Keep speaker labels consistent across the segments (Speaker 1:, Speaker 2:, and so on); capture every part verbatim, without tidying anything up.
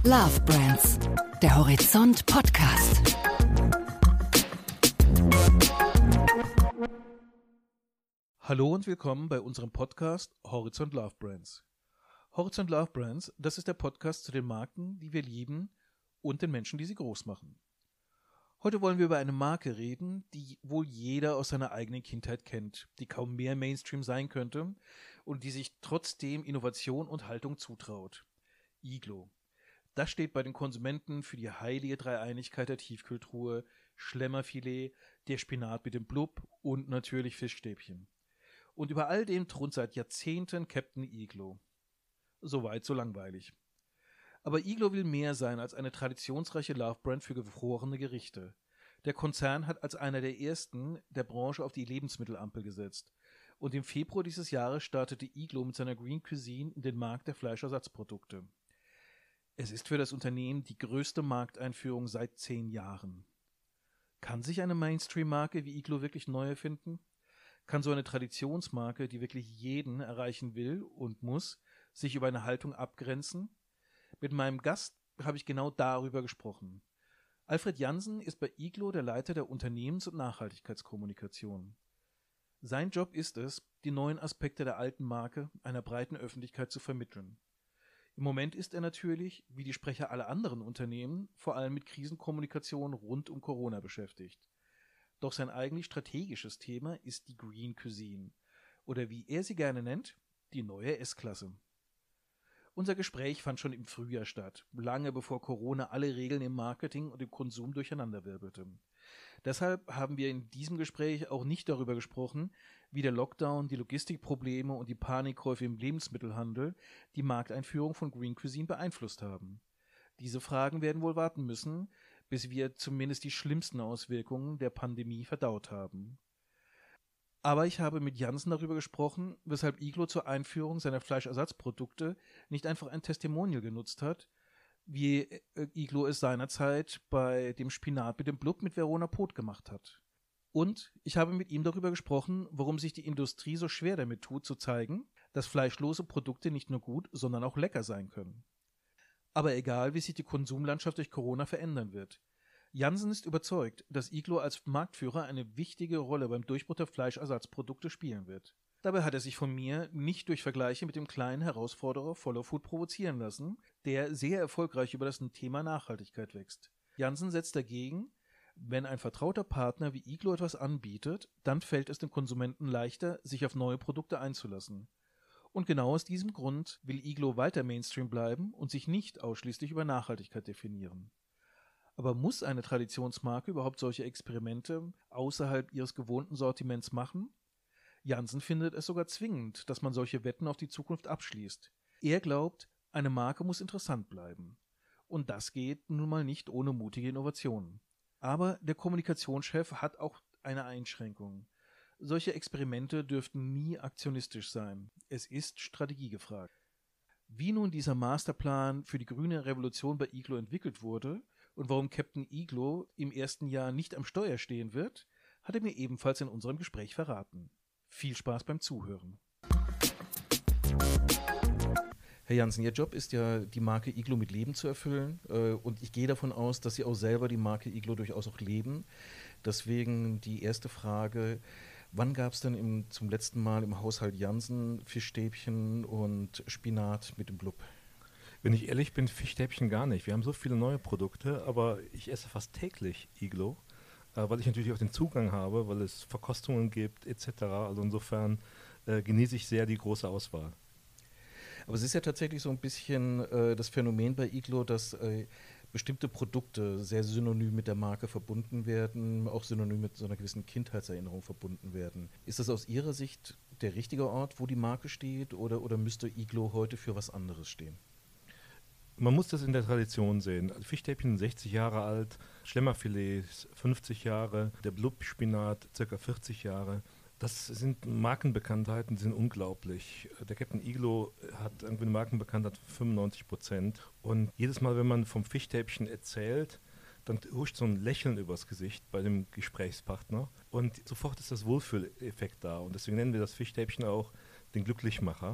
Speaker 1: Love Brands, der Horizont Podcast.
Speaker 2: Hallo und willkommen bei unserem Podcast Horizont Love Brands. Horizont Love Brands, das ist der Podcast zu den Marken, die wir lieben und den Menschen, die sie groß machen. Heute wollen wir über eine Marke reden, die wohl jeder aus seiner eigenen Kindheit kennt, die kaum mehr Mainstream sein könnte und die sich trotzdem Innovation und Haltung zutraut. Iglo. Das steht bei den Konsumenten für die heilige Dreieinigkeit der Tiefkühltruhe, Schlemmerfilet, der Spinat mit dem Blub und natürlich Fischstäbchen. Und über all dem thront seit Jahrzehnten Captain Iglo. Soweit so langweilig. Aber Iglo will mehr sein als eine traditionsreiche Love-Brand für gefrorene Gerichte. Der Konzern hat als einer der ersten der Branche auf die Lebensmittelampel gesetzt. Und im Februar dieses Jahres startete Iglo mit seiner Green Cuisine in den Markt der Fleischersatzprodukte. Es ist für das Unternehmen die größte Markteinführung seit zehn Jahren. Kann sich eine Mainstream-Marke wie Iglo wirklich neu erfinden? Kann so eine Traditionsmarke, die wirklich jeden erreichen will und muss, sich über eine Haltung abgrenzen? Mit meinem Gast habe ich genau darüber gesprochen. Alfred Jansen ist bei Iglo der Leiter der Unternehmens- und Nachhaltigkeitskommunikation. Sein Job ist es, die neuen Aspekte der alten Marke einer breiten Öffentlichkeit zu vermitteln. Im Moment ist er natürlich, wie die Sprecher aller anderen Unternehmen, vor allem mit Krisenkommunikation rund um Corona beschäftigt. Doch sein eigentlich strategisches Thema ist die Green Cuisine oder wie er sie gerne nennt, die neue S-Klasse. Unser Gespräch fand schon im Frühjahr statt, lange bevor Corona alle Regeln im Marketing und im Konsum durcheinanderwirbelte. Deshalb haben wir in diesem Gespräch auch nicht darüber gesprochen, wie der Lockdown, die Logistikprobleme und die Panikkäufe im Lebensmittelhandel die Markteinführung von Green Cuisine beeinflusst haben. Diese Fragen werden wohl warten müssen, bis wir zumindest die schlimmsten Auswirkungen der Pandemie verdaut haben. Aber ich habe mit Jansen darüber gesprochen, weshalb Iglo zur Einführung seiner Fleischersatzprodukte nicht einfach ein Testimonial genutzt hat, wie Iglo es seinerzeit bei dem Spinat mit dem Blub mit Verona Pot gemacht hat. Und ich habe mit ihm darüber gesprochen, warum sich die Industrie so schwer damit tut, zu zeigen, dass fleischlose Produkte nicht nur gut, sondern auch lecker sein können. Aber egal, wie sich die Konsumlandschaft durch Corona verändern wird. Jansen ist überzeugt, dass Iglo als Marktführer eine wichtige Rolle beim Durchbruch der Fleischersatzprodukte spielen wird. Dabei hat er sich von mir nicht durch Vergleiche mit dem kleinen Herausforderer Follow Food provozieren lassen, der sehr erfolgreich über das Thema Nachhaltigkeit wächst. Jansen setzt dagegen, wenn ein vertrauter Partner wie Iglo etwas anbietet, dann fällt es dem Konsumenten leichter, sich auf neue Produkte einzulassen. Und genau aus diesem Grund will Iglo weiter Mainstream bleiben und sich nicht ausschließlich über Nachhaltigkeit definieren. Aber muss eine Traditionsmarke überhaupt solche Experimente außerhalb ihres gewohnten Sortiments machen? Jansen findet es sogar zwingend, dass man solche Wetten auf die Zukunft abschließt. Er glaubt, eine Marke muss interessant bleiben. Und das geht nun mal nicht ohne mutige Innovationen. Aber der Kommunikationschef hat auch eine Einschränkung. Solche Experimente dürften nie aktionistisch sein. Es ist Strategie gefragt. Wie nun dieser Masterplan für die grüne Revolution bei Iglo entwickelt wurde und warum Captain Iglo im ersten Jahr nicht am Steuer stehen wird, hat er mir ebenfalls in unserem Gespräch verraten. Viel Spaß beim Zuhören. Herr Jansen, Ihr Job ist ja, die Marke Iglo mit Leben zu erfüllen. Und ich gehe davon aus, dass Sie auch selber die Marke Iglo durchaus auch leben. Deswegen die erste Frage: Wann gab es denn im, zum letzten Mal im Haushalt Jansen Fischstäbchen und Spinat mit dem Blub?
Speaker 3: Wenn ich ehrlich bin, Fischstäbchen gar nicht. Wir haben so viele neue Produkte, aber ich esse fast täglich Iglo, äh, weil ich natürlich auch den Zugang habe, weil es Verkostungen gibt et cetera. Also insofern äh, genieße ich sehr die große Auswahl.
Speaker 2: Aber es ist ja tatsächlich so ein bisschen äh, das Phänomen bei Iglo, dass äh, bestimmte Produkte sehr synonym mit der Marke verbunden werden, auch synonym mit so einer gewissen Kindheitserinnerung verbunden werden. Ist das aus Ihrer Sicht der richtige Ort, wo die Marke steht, oder, oder müsste Iglo heute für was anderes stehen?
Speaker 3: Man muss das in der Tradition sehen. Fischstäbchen sind sechzig Jahre alt, Schlemmerfilets fünfzig Jahre, der Blub-Spinat ca. vierzig Jahre. Das sind Markenbekanntheiten, die sind unglaublich. Der Captain Iglo hat irgendwie eine Markenbekanntheit von fünfundneunzig Prozent. Und jedes Mal, wenn man vom Fischstäbchen erzählt, dann huscht so ein Lächeln übers Gesicht bei dem Gesprächspartner. Und sofort ist das Wohlfühleffekt da. Und deswegen nennen wir das Fischstäbchen auch den Glücklichmacher,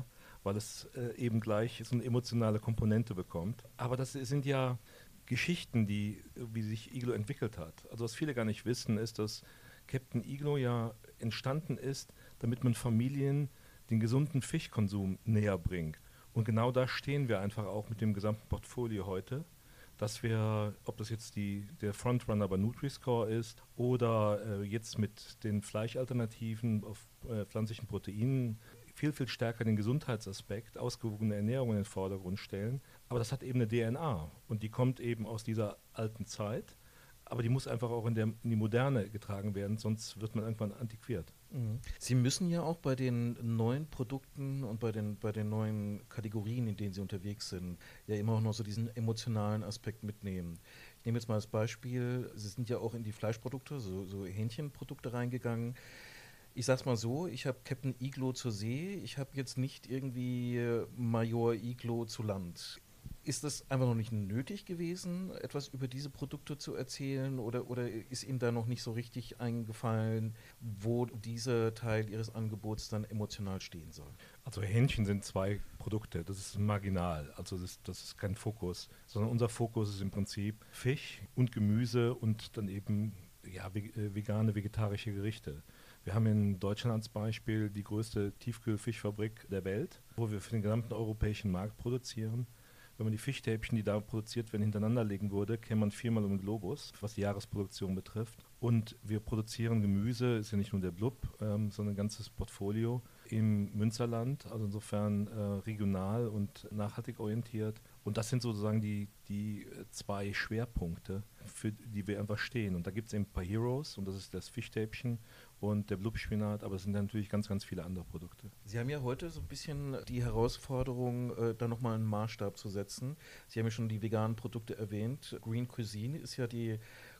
Speaker 3: weil es äh, eben gleich so eine emotionale Komponente bekommt. Aber das sind ja Geschichten, die, wie sich Iglo entwickelt hat. Also was viele gar nicht wissen, ist, dass Captain Iglo ja entstanden ist, damit man Familien den gesunden Fischkonsum näher bringt. Und genau da stehen wir einfach auch mit dem gesamten Portfolio heute, dass wir, ob das jetzt die, der Frontrunner bei Nutri-Score ist oder äh, jetzt mit den Fleischalternativen auf äh, pflanzlichen Proteinen, viel, viel stärker den Gesundheitsaspekt, ausgewogene Ernährung in den Vordergrund stellen. Aber das hat eben eine D N A und die kommt eben aus dieser alten Zeit. Aber die muss einfach auch in, der, in die Moderne getragen werden, sonst wird man irgendwann antiquiert.
Speaker 2: Mhm. Sie müssen ja auch bei den neuen Produkten und bei den, bei den neuen Kategorien, in denen Sie unterwegs sind, ja immer auch noch so diesen emotionalen Aspekt mitnehmen. Ich nehme jetzt mal als Beispiel, Sie sind ja auch in die Fleischprodukte, so, so Hähnchenprodukte reingegangen. Ich sag's mal so, ich habe Captain Iglo zur See, ich habe jetzt nicht irgendwie Major Iglo zu Land. Ist es einfach noch nicht nötig gewesen, etwas über diese Produkte zu erzählen oder, oder ist Ihnen da noch nicht so richtig eingefallen, wo dieser Teil Ihres Angebots dann emotional stehen soll?
Speaker 3: Also Hähnchen sind zwei Produkte, das ist marginal, also das ist, das ist kein Fokus, sondern unser Fokus ist im Prinzip Fisch und Gemüse und dann eben ja, vegane, vegetarische Gerichte. Wir haben in Deutschland als Beispiel die größte Tiefkühlfischfabrik der Welt, wo wir für den gesamten europäischen Markt produzieren. Wenn man die Fischstäbchen, die da produziert werden, hintereinander legen würde, käme man viermal um den Globus, was die Jahresproduktion betrifft. Und wir produzieren Gemüse, ist ja nicht nur der Blub, ähm, sondern ein ganzes Portfolio im Münsterland, also insofern äh, regional und nachhaltig orientiert. Und das sind sozusagen die, die zwei Schwerpunkte, für die wir einfach stehen. Und da gibt es eben ein paar Heroes, und das ist das Fischstäbchen und der Blubspinat, aber es sind natürlich ganz, ganz viele andere Produkte.
Speaker 2: Sie haben ja heute so ein bisschen die Herausforderung, äh, da nochmal einen Maßstab zu setzen. Sie haben ja schon die veganen Produkte erwähnt. Green Cuisine ist ja die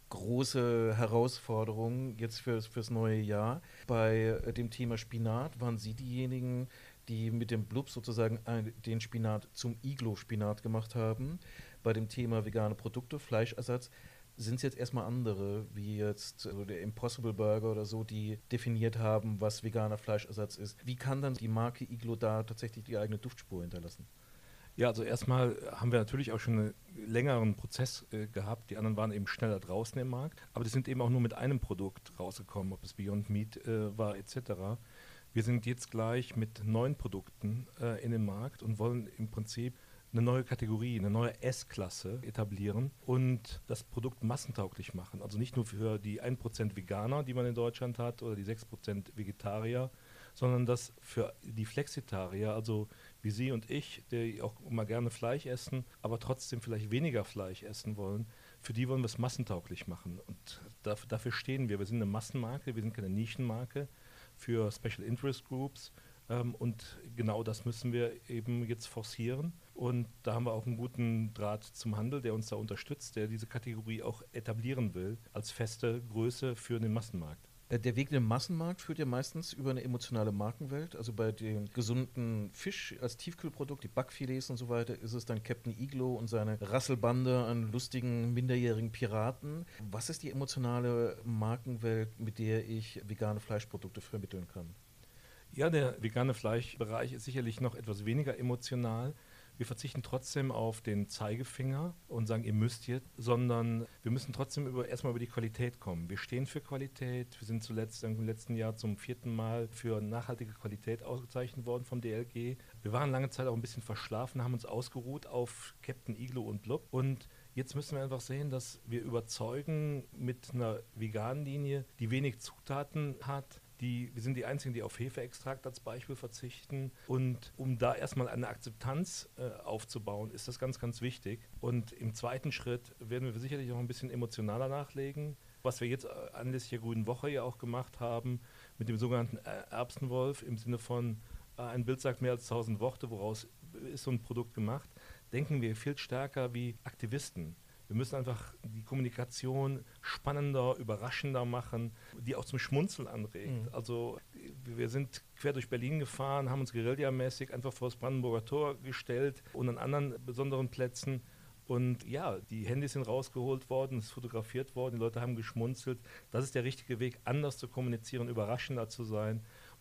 Speaker 2: große Herausforderung jetzt fürs, fürs neue Jahr. Bei äh, dem Thema Spinat waren Sie diejenigen, die mit dem Blub sozusagen ein, den Spinat zum Iglo-Spinat gemacht haben. Bei dem Thema vegane Produkte, Fleischersatz, sind es jetzt erstmal andere, wie jetzt also der Impossible Burger oder so, die definiert haben, was veganer Fleischersatz ist. Wie kann dann die Marke Iglo da tatsächlich die eigene Duftspur hinterlassen?
Speaker 3: Ja, also erstmal haben wir natürlich auch schon einen längeren Prozess äh, gehabt. Die anderen waren eben schneller draußen im Markt, aber die sind eben auch nur mit einem Produkt rausgekommen, ob es Beyond Meat äh, war et cetera. Wir sind jetzt gleich mit neuen Produkten äh, in den Markt und wollen im Prinzip eine neue Kategorie, eine neue S-Klasse etablieren und das Produkt massentauglich machen. Also nicht nur für die ein Prozent Veganer, die man in Deutschland hat, oder die sechs Prozent Vegetarier, sondern das für die Flexitarier, also wie Sie und ich, die auch immer gerne Fleisch essen, aber trotzdem vielleicht weniger Fleisch essen wollen, für die wollen wir es massentauglich machen. Und dafür, dafür stehen wir. Wir sind eine Massenmarke, wir sind keine Nischenmarke für Special Interest Groups. Ähm, und genau das müssen wir eben jetzt forcieren. Und da haben wir auch einen guten Draht zum Handel, der uns da unterstützt, der diese Kategorie auch etablieren will als feste Größe für den Massenmarkt.
Speaker 2: Der Weg in den Massenmarkt führt ja meistens über eine emotionale Markenwelt. Also bei dem gesunden Fisch als Tiefkühlprodukt, die Backfilets und so weiter, ist es dann Captain Iglo und seine Rasselbande an lustigen, minderjährigen Piraten. Was ist die emotionale Markenwelt, mit der ich vegane Fleischprodukte vermitteln kann?
Speaker 3: Ja, der vegane Fleischbereich ist sicherlich noch etwas weniger emotional. Wir verzichten trotzdem auf den Zeigefinger und sagen, ihr müsst jetzt, sondern wir müssen trotzdem über, erstmal über die Qualität kommen. Wir stehen für Qualität. Wir sind zuletzt im letzten Jahr zum vierten Mal für nachhaltige Qualität ausgezeichnet worden vom D L G. Wir waren lange Zeit auch ein bisschen verschlafen, haben uns ausgeruht auf Captain Iglo und Blub. Und jetzt müssen wir einfach sehen, dass wir überzeugen mit einer veganen Linie, die wenig Zutaten hat. Die, wir sind die Einzigen, die auf Hefeextrakt als Beispiel verzichten. Und um da erstmal eine Akzeptanz äh, aufzubauen, ist das ganz, ganz wichtig. Und im zweiten Schritt werden wir sicherlich auch ein bisschen emotionaler nachlegen. Was wir jetzt anlässlich der Grünen Woche ja auch gemacht haben, mit dem sogenannten Erbsenwolf, im Sinne von äh, ein Bild sagt mehr als tausend Worte, woraus ist so ein Produkt gemacht, denken wir viel stärker wie Aktivisten. Wir müssen einfach die Kommunikation spannender, überraschender machen, die auch zum Schmunzeln anregt. Mhm. Also wir sind quer durch Berlin gefahren, haben uns guerillamäßig einfach vor das Brandenburger Tor gestellt und an anderen besonderen Plätzen. Und ja, die Handys sind rausgeholt worden, es ist fotografiert worden, die Leute haben geschmunzelt. Das ist der richtige Weg, anders zu kommunizieren, überraschender zu sein.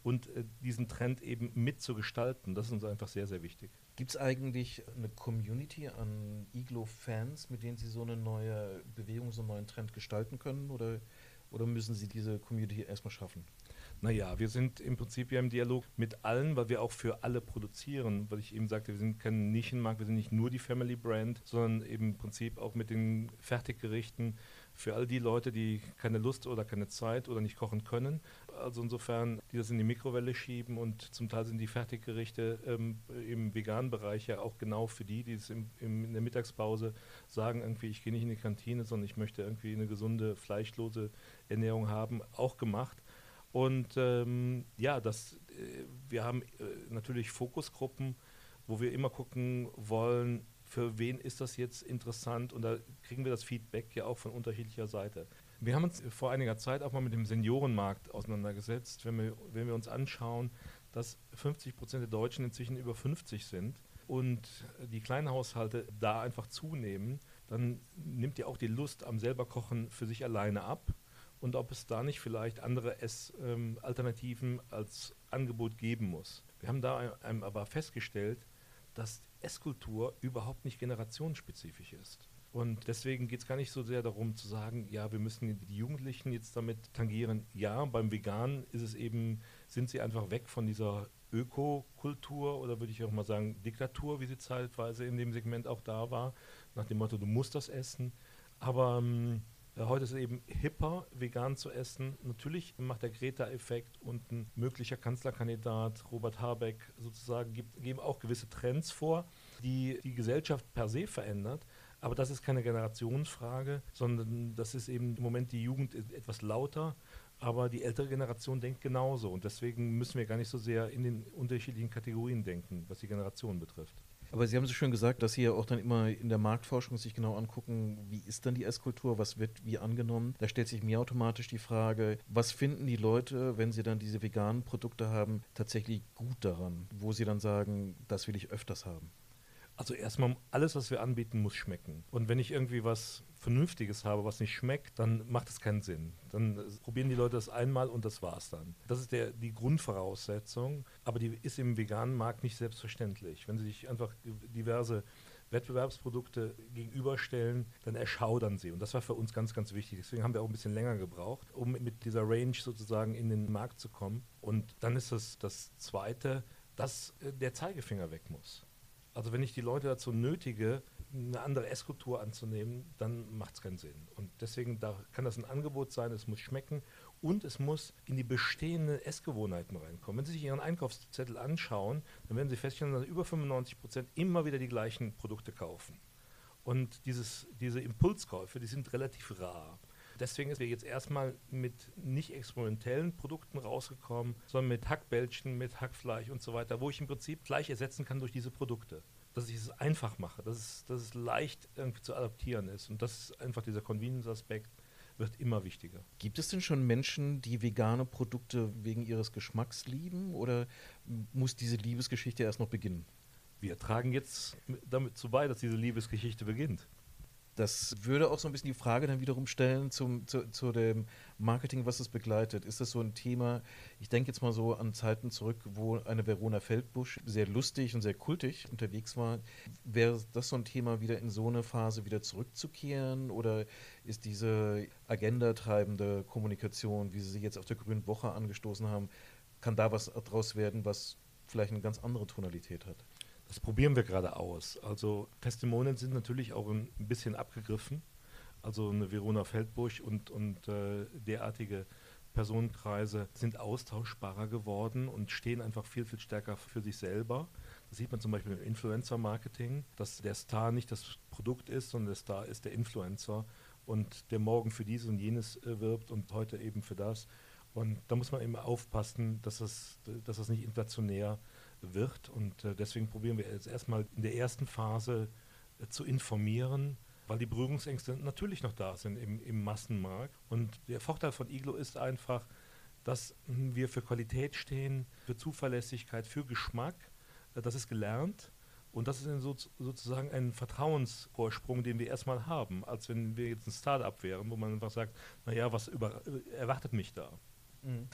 Speaker 3: und äh, diesen Trend eben mitzugestalten. Das ist uns einfach sehr, sehr wichtig.
Speaker 2: Gibt es eigentlich eine Community an Iglo-Fans, mit denen Sie so eine neue Bewegung, so einen neuen Trend gestalten können? Oder, oder müssen Sie diese Community erstmal schaffen?
Speaker 3: Naja, wir sind im Prinzip ja im Dialog mit allen, weil wir auch für alle produzieren. Weil ich eben sagte, wir sind kein Nischenmarkt, wir sind nicht nur die Family Brand, sondern eben im Prinzip auch mit den Fertiggerichten für all die Leute, die keine Lust oder keine Zeit oder nicht kochen können. Also insofern, die das in die Mikrowelle schieben, und zum Teil sind die Fertiggerichte ähm, im veganen Bereich ja auch genau für die, die es im, im, in der Mittagspause sagen, irgendwie, ich gehe nicht in die Kantine, sondern ich möchte irgendwie eine gesunde, fleischlose Ernährung haben, auch gemacht. Und ähm, ja, das, äh, wir haben äh, natürlich Fokusgruppen, wo wir immer gucken wollen, für wen ist das jetzt interessant, und da kriegen wir das Feedback ja auch von unterschiedlicher Seite. Wir haben uns vor einiger Zeit auch mal mit dem Seniorenmarkt auseinandergesetzt, wenn wir, wenn wir uns anschauen, dass fünfzig Prozent der Deutschen inzwischen über fünfzig sind und die kleinen Haushalte da einfach zunehmen, dann nimmt ja auch die Lust am selber Kochen für sich alleine ab. Und ob es da nicht vielleicht andere Essalternativen ähm, als Angebot geben muss. Wir haben da ein, ein, aber festgestellt, dass Esskultur überhaupt nicht generationsspezifisch ist. Und deswegen geht es gar nicht so sehr darum zu sagen, ja, wir müssen die Jugendlichen jetzt damit tangieren. Ja, beim Veganen ist es eben, sind sie einfach weg von dieser Ökokultur oder würde ich auch mal sagen Diktatur, wie sie zeitweise in dem Segment auch da war, nach dem Motto, du musst das essen. Aber ähm, Ja, heute ist es eben hipper, vegan zu essen. Natürlich macht der Greta-Effekt und ein möglicher Kanzlerkandidat, Robert Habeck, sozusagen, gibt, geben auch gewisse Trends vor, die die Gesellschaft per se verändert. Aber das ist keine Generationsfrage, sondern das ist eben im Moment die Jugend etwas lauter, aber die ältere Generation denkt genauso. Und deswegen müssen wir gar nicht so sehr in den unterschiedlichen Kategorien denken, was die Generation betrifft.
Speaker 2: Aber Sie haben so schön gesagt, dass Sie ja auch dann immer in der Marktforschung sich genau angucken, wie ist dann die Esskultur, was wird wie angenommen. Da stellt sich mir automatisch die Frage, was finden die Leute, wenn sie dann diese veganen Produkte haben, tatsächlich gut daran, wo sie dann sagen, das will ich öfters haben.
Speaker 3: Also erstmal, alles, was wir anbieten, muss schmecken. Und wenn ich irgendwie was Vernünftiges habe, was nicht schmeckt, dann macht es keinen Sinn. Dann äh, probieren die Leute das einmal und das war's dann. Das ist der, die Grundvoraussetzung, aber die ist im veganen Markt nicht selbstverständlich. Wenn Sie sich einfach diverse Wettbewerbsprodukte gegenüberstellen, dann erschaudern sie. Und das war für uns ganz, ganz wichtig. Deswegen haben wir auch ein bisschen länger gebraucht, um mit dieser Range sozusagen in den Markt zu kommen. Und dann ist es das Zweite, dass äh, der Zeigefinger weg muss. Also wenn ich die Leute dazu nötige, eine andere Esskultur anzunehmen, dann macht es keinen Sinn. Und deswegen da kann das ein Angebot sein, es muss schmecken und es muss in die bestehenden Essgewohnheiten reinkommen. Wenn Sie sich Ihren Einkaufszettel anschauen, dann werden Sie feststellen, dass über fünfundneunzig Prozent immer wieder die gleichen Produkte kaufen. Und dieses, diese Impulskäufe, die sind relativ rar. Deswegen ist wir jetzt erstmal mit nicht experimentellen Produkten rausgekommen, sondern mit Hackbällchen, mit Hackfleisch und so weiter, wo ich im Prinzip Fleisch ersetzen kann durch diese Produkte. Dass ich es einfach mache, dass es, dass es leicht irgendwie zu adaptieren ist. Und das ist einfach dieser Convenience-Aspekt, wird immer wichtiger.
Speaker 2: Gibt es denn schon Menschen, die vegane Produkte wegen ihres Geschmacks lieben, oder muss diese Liebesgeschichte erst noch beginnen?
Speaker 3: Wir tragen jetzt damit zu bei, dass diese Liebesgeschichte beginnt.
Speaker 2: Das würde auch so ein bisschen die Frage dann wiederum stellen zum, zu, zu dem Marketing, was es begleitet. Ist das so ein Thema, ich denke jetzt mal so an Zeiten zurück, wo eine Verona Feldbusch sehr lustig und sehr kultig unterwegs war. Wäre das so ein Thema, wieder in so eine Phase wieder zurückzukehren? Oder ist diese agendatreibende Kommunikation, wie Sie sie jetzt auf der Grünen Woche angestoßen haben, kann da was draus werden, was vielleicht eine ganz andere Tonalität hat?
Speaker 3: Das probieren wir gerade aus. Also Testimonials sind natürlich auch ein bisschen abgegriffen. Also eine Verona Feldbusch und, und äh, derartige Personenkreise sind austauschbarer geworden und stehen einfach viel, viel stärker für sich selber. Das sieht man zum Beispiel im Influencer-Marketing, dass der Star nicht das Produkt ist, sondern der Star ist der Influencer und der morgen für dieses und jenes äh, wirbt und heute eben für das. Und da muss man eben aufpassen, dass das, dass das nicht inflationär wird, und äh, deswegen probieren wir jetzt erstmal in der ersten Phase äh, zu informieren, weil die Berührungsängste natürlich noch da sind im, im Massenmarkt. Und der Vorteil von Iglo ist einfach, dass mh, wir für Qualität stehen, für Zuverlässigkeit, für Geschmack. Äh, das ist gelernt und das ist so, sozusagen ein Vertrauensvorsprung, den wir erstmal haben, als wenn wir jetzt ein Start-up wären, wo man einfach sagt, naja, was über, äh, erwartet mich da?
Speaker 2: Mhm.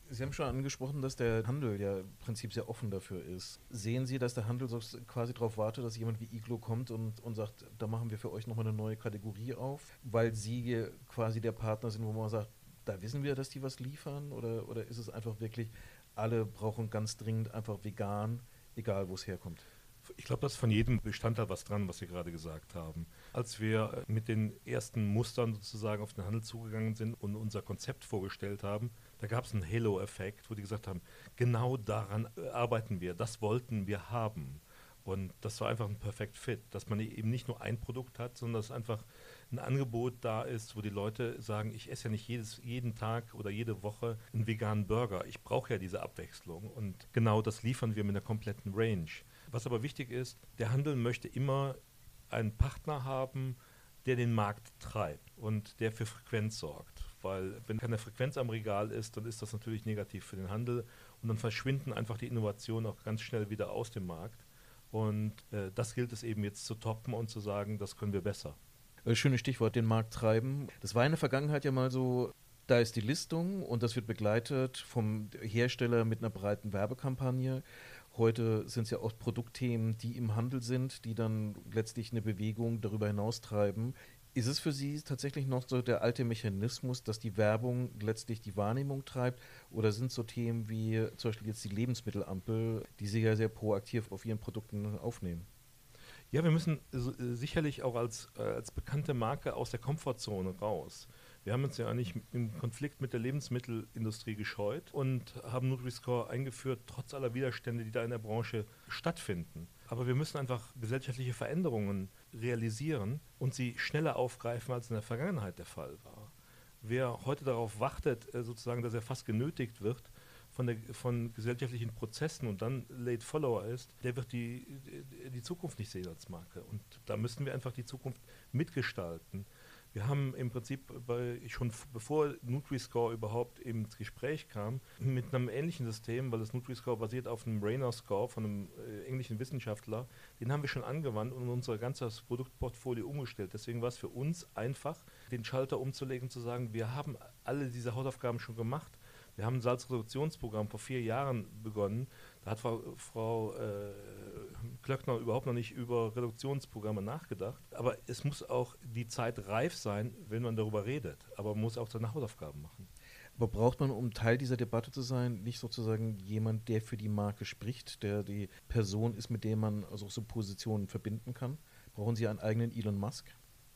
Speaker 2: Sie haben schon angesprochen, dass der Handel ja im Prinzip sehr offen dafür ist. Sehen Sie, dass der Handel so quasi darauf wartet, dass jemand wie Iglo kommt und, und sagt, da machen wir für euch nochmal eine neue Kategorie auf, weil Sie quasi der Partner sind, wo man sagt, da wissen wir, dass die was liefern? Oder, oder ist es einfach wirklich, alle brauchen ganz dringend einfach vegan, egal wo es herkommt?
Speaker 3: Ich glaube, da ist von jedem Bestandteil was dran, was Sie gerade gesagt haben. Als wir mit den ersten Mustern sozusagen auf den Handel zugegangen sind und unser Konzept vorgestellt haben, da gab es einen Halo-Effekt, wo die gesagt haben, genau daran arbeiten wir, das wollten wir haben. Und das war einfach ein Perfect Fit, dass man eben nicht nur ein Produkt hat, sondern dass einfach ein Angebot da ist, wo die Leute sagen, ich esse ja nicht jedes, jeden Tag oder jede Woche einen veganen Burger. Ich brauche ja diese Abwechslung. Und genau das liefern wir mit einer kompletten Range. Was aber wichtig ist, der Handel möchte immer einen Partner haben, der den Markt treibt und der für Frequenz sorgt. Weil wenn keine Frequenz am Regal ist, dann ist das natürlich negativ für den Handel und dann verschwinden einfach die Innovationen auch ganz schnell wieder aus dem Markt. Und äh, das gilt es eben jetzt zu toppen und zu sagen, das können wir besser.
Speaker 2: Schönes Stichwort, den Markt treiben. Das war in der Vergangenheit ja mal so, da ist die Listung und das wird begleitet vom Hersteller mit einer breiten Werbekampagne. Heute sind es ja oft Produktthemen, die im Handel sind, die dann letztlich eine Bewegung darüber hinaus treiben. Ist es für Sie tatsächlich noch so der alte Mechanismus, dass die Werbung letztlich die Wahrnehmung treibt? Oder sind so Themen wie zum Beispiel jetzt die Lebensmittelampel, die Sie ja sehr proaktiv auf Ihren Produkten aufnehmen?
Speaker 3: Ja, wir müssen äh, sicherlich auch als, äh, als bekannte Marke aus der Komfortzone raus. Wir haben uns ja eigentlich im Konflikt mit der Lebensmittelindustrie gescheut und haben Nutri-Score eingeführt, trotz aller Widerstände, die da in der Branche stattfinden. Aber wir müssen einfach gesellschaftliche Veränderungen realisieren und sie schneller aufgreifen, als in der Vergangenheit der Fall war. Wer heute darauf wartet, sozusagen, dass er fast genötigt wird, Von, der, von gesellschaftlichen Prozessen und dann Late Follower ist, der wird die, die, die Zukunft nicht sehen als Marke. Und da müssen wir einfach die Zukunft mitgestalten. Wir haben im Prinzip bei, schon f- bevor Nutri-Score überhaupt ins Gespräch kam, mit einem ähnlichen System, weil das Nutri-Score basiert auf einem Rayner-Score von einem äh, englischen Wissenschaftler, den haben wir schon angewandt und unser ganzes Produktportfolio umgestellt. Deswegen war es für uns einfach, den Schalter umzulegen, zu sagen, wir haben alle diese Hausaufgaben schon gemacht. Wir haben ein Salzreduktionsprogramm vor vier Jahren begonnen. Da hat Frau, Frau äh, Klöckner überhaupt noch nicht über Reduktionsprogramme nachgedacht. Aber es muss auch die Zeit reif sein, wenn man darüber redet. Aber man muss auch seine Hausaufgaben machen.
Speaker 2: Aber braucht man, um Teil dieser Debatte zu sein, nicht sozusagen jemand, der für die Marke spricht, der die Person ist, mit der man also auch so Positionen verbinden kann? Brauchen Sie einen eigenen Elon Musk?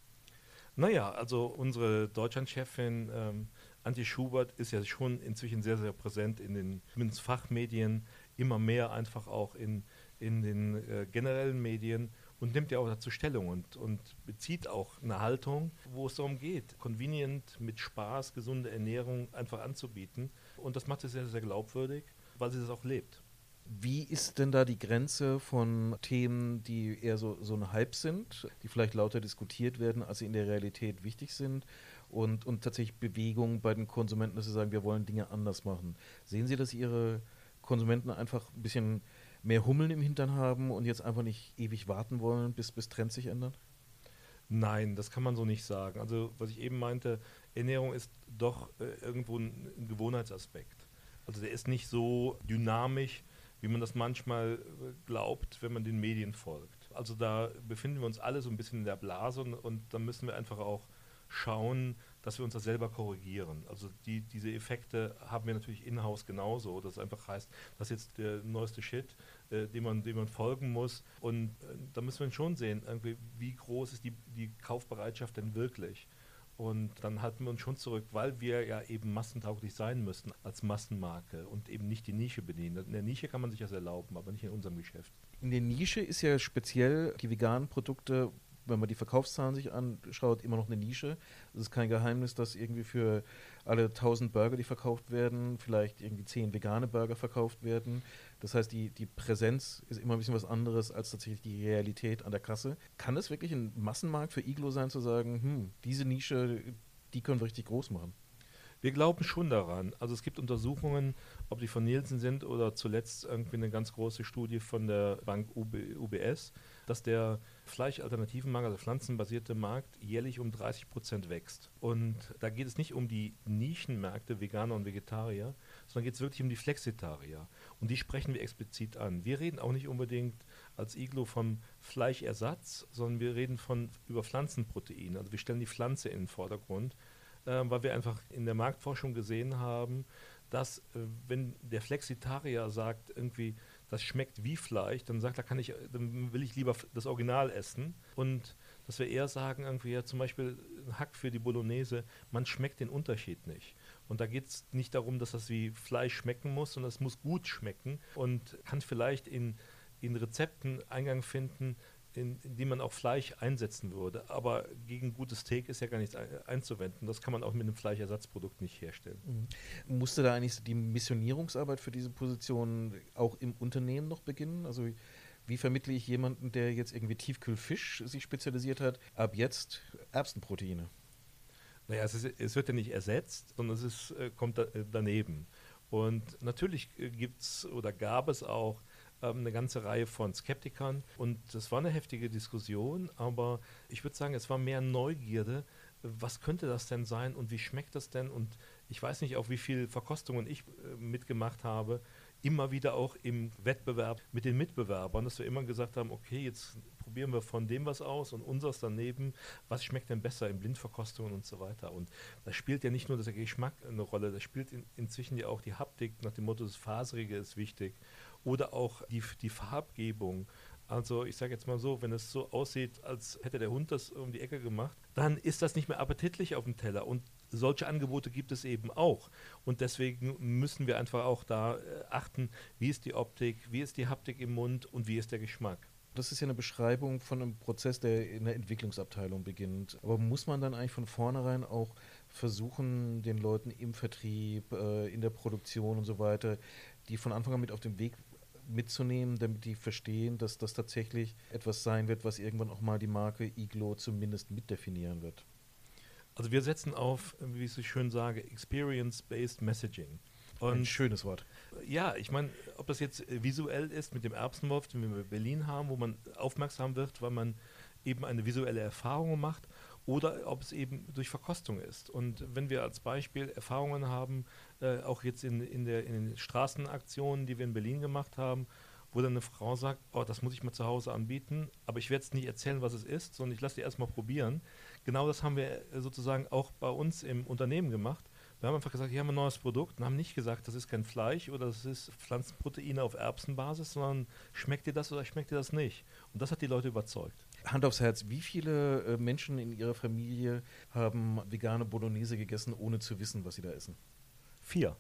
Speaker 3: Naja, also unsere Deutschlandchefin ähm, Antje Schubert ist ja schon inzwischen sehr, sehr präsent in den zumindest Fachmedien, immer mehr einfach auch in, in den äh, generellen Medien und nimmt ja auch dazu Stellung und, und bezieht auch eine Haltung, wo es darum geht, convenient, mit Spaß, gesunde Ernährung einfach anzubieten. Und das macht sie sehr, sehr glaubwürdig, weil sie das auch lebt.
Speaker 2: Wie ist denn da die Grenze von Themen, die eher so, so ein Hype sind, die vielleicht lauter diskutiert werden, als sie in der Realität wichtig sind, und, und tatsächlich Bewegung bei den Konsumenten, dass sie sagen, wir wollen Dinge anders machen? Sehen Sie, dass Ihre Konsumenten einfach ein bisschen mehr Hummeln im Hintern haben und jetzt einfach nicht ewig warten wollen, bis, bis Trends sich ändern?
Speaker 3: Nein, das kann man so nicht sagen. Also was ich eben meinte, Ernährung ist doch äh, irgendwo ein, ein Gewohnheitsaspekt. Also der ist nicht so dynamisch, wie man das manchmal äh, glaubt, wenn man den Medien folgt. Also da befinden wir uns alle so ein bisschen in der Blase und, und da müssen wir einfach auch schauen, dass wir uns das selber korrigieren. Also die, diese Effekte haben wir natürlich in-house genauso. Das einfach heißt, das ist jetzt der neueste Shit, äh, dem, man, dem man folgen muss. Und äh, da müssen wir schon sehen, irgendwie, wie groß ist die, die Kaufbereitschaft denn wirklich. Und dann halten wir uns schon zurück, weil wir ja eben massentauglich sein müssen als Massenmarke und eben nicht die Nische bedienen. In der Nische kann man sich das erlauben, aber nicht in unserem Geschäft.
Speaker 2: In der Nische ist ja speziell die veganen Produkte, wenn man die Verkaufszahlen sich anschaut, immer noch eine Nische. Es ist kein Geheimnis, dass irgendwie für alle tausend Burger, die verkauft werden, vielleicht irgendwie zehn vegane Burger verkauft werden. Das heißt, die, die Präsenz ist immer ein bisschen was anderes als tatsächlich die Realität an der Kasse. Kann es wirklich ein Massenmarkt für Iglo sein, zu sagen, hm, diese Nische, die können wir richtig groß machen?
Speaker 3: Wir glauben schon daran. Also es gibt Untersuchungen, ob die von Nielsen sind oder zuletzt irgendwie eine ganz große Studie von der Bank U B S, dass der Fleischalternativenmarkt, also pflanzenbasierte Markt, jährlich um dreißig Prozent wächst. Und da geht es nicht um die Nischenmärkte, Veganer und Vegetarier, sondern geht es wirklich um die Flexitarier. Und die sprechen wir explizit an. Wir reden auch nicht unbedingt als Iglo vom Fleischersatz, sondern wir reden von über Pflanzenproteine. Also wir stellen die Pflanze in den Vordergrund, äh, weil wir einfach in der Marktforschung gesehen haben, dass äh, wenn der Flexitarier sagt, irgendwie, das schmeckt wie Fleisch, dann sagt er, kann ich, dann will ich lieber das Original essen. Und dass wir eher sagen, irgendwie ja, zum Beispiel ein Hack für die Bolognese, man schmeckt den Unterschied nicht. Und da geht es nicht darum, dass das wie Fleisch schmecken muss, sondern es muss gut schmecken und kann vielleicht in, in Rezepten Eingang finden, in, in die man auch Fleisch einsetzen würde. Aber gegen gutes Steak ist ja gar nichts ein, einzuwenden. Das kann man auch mit einem Fleischersatzprodukt nicht herstellen.
Speaker 2: Mhm. Musste da eigentlich die Missionierungsarbeit für diese Position auch im Unternehmen noch beginnen? Also wie vermittle ich jemanden, der jetzt irgendwie Tiefkühlfisch sich spezialisiert hat, ab jetzt Erbsenproteine?
Speaker 3: Naja, es, ist, es wird ja nicht ersetzt, sondern es ist, äh, kommt da, äh, daneben. Und natürlich äh, gibt es oder gab es auch ähm, eine ganze Reihe von Skeptikern. Und das war eine heftige Diskussion, aber ich würde sagen, es war mehr Neugierde. Was könnte das denn sein und wie schmeckt das denn? Und ich weiß nicht, auch wie viele Verkostungen ich äh, mitgemacht habe, immer wieder auch im Wettbewerb mit den Mitbewerbern, dass wir immer gesagt haben, okay, jetzt probieren wir von dem was aus und unseres daneben, was schmeckt denn besser in Blindverkostungen und so weiter. Und da spielt ja nicht nur der Geschmack eine Rolle, da spielt in, inzwischen ja auch die Haptik, nach dem Motto, das Faserige ist wichtig oder auch die, die Farbgebung. Also ich sage jetzt mal so, wenn es so aussieht, als hätte der Hund das um die Ecke gemacht, dann ist das nicht mehr appetitlich auf dem Teller. Und solche Angebote gibt es eben auch. Und deswegen müssen wir einfach auch da äh, achten, wie ist die Optik, wie ist die Haptik im Mund und wie ist der Geschmack.
Speaker 2: Das ist ja eine Beschreibung von einem Prozess, der in der Entwicklungsabteilung beginnt. Aber muss man dann eigentlich von vornherein auch versuchen, den Leuten im Vertrieb, äh, in der Produktion und so weiter, die von Anfang an mit auf den Weg mitzunehmen, damit die verstehen, dass das tatsächlich etwas sein wird, was irgendwann auch mal die Marke Iglo zumindest mitdefinieren wird?
Speaker 3: Also wir setzen auf, wie ich so schön sage, Experience-Based Messaging.
Speaker 2: Und ein schönes Wort.
Speaker 3: Ja, ich meine, ob das jetzt visuell ist mit dem Erbsenwurf, den wir in Berlin haben, wo man aufmerksam wird, weil man eben eine visuelle Erfahrung macht, oder ob es eben durch Verkostung ist. Und wenn wir als Beispiel Erfahrungen haben, äh, auch jetzt in, in, der, in den Straßenaktionen, die wir in Berlin gemacht haben, wo dann eine Frau sagt, oh, das muss ich mir zu Hause anbieten, aber ich werde es nicht erzählen, was es ist, sondern ich lasse die erstmal probieren. Genau das haben wir sozusagen auch bei uns im Unternehmen gemacht. Wir haben einfach gesagt, hier haben wir ein neues Produkt und haben nicht gesagt, das ist kein Fleisch oder das ist Pflanzenproteine auf Erbsenbasis, sondern schmeckt dir das oder schmeckt dir das nicht? Und das hat die Leute überzeugt.
Speaker 2: Hand aufs Herz, wie viele äh, Menschen in ihrer Familie haben vegane Bolognese gegessen, ohne zu wissen, was sie da essen?
Speaker 3: Vier.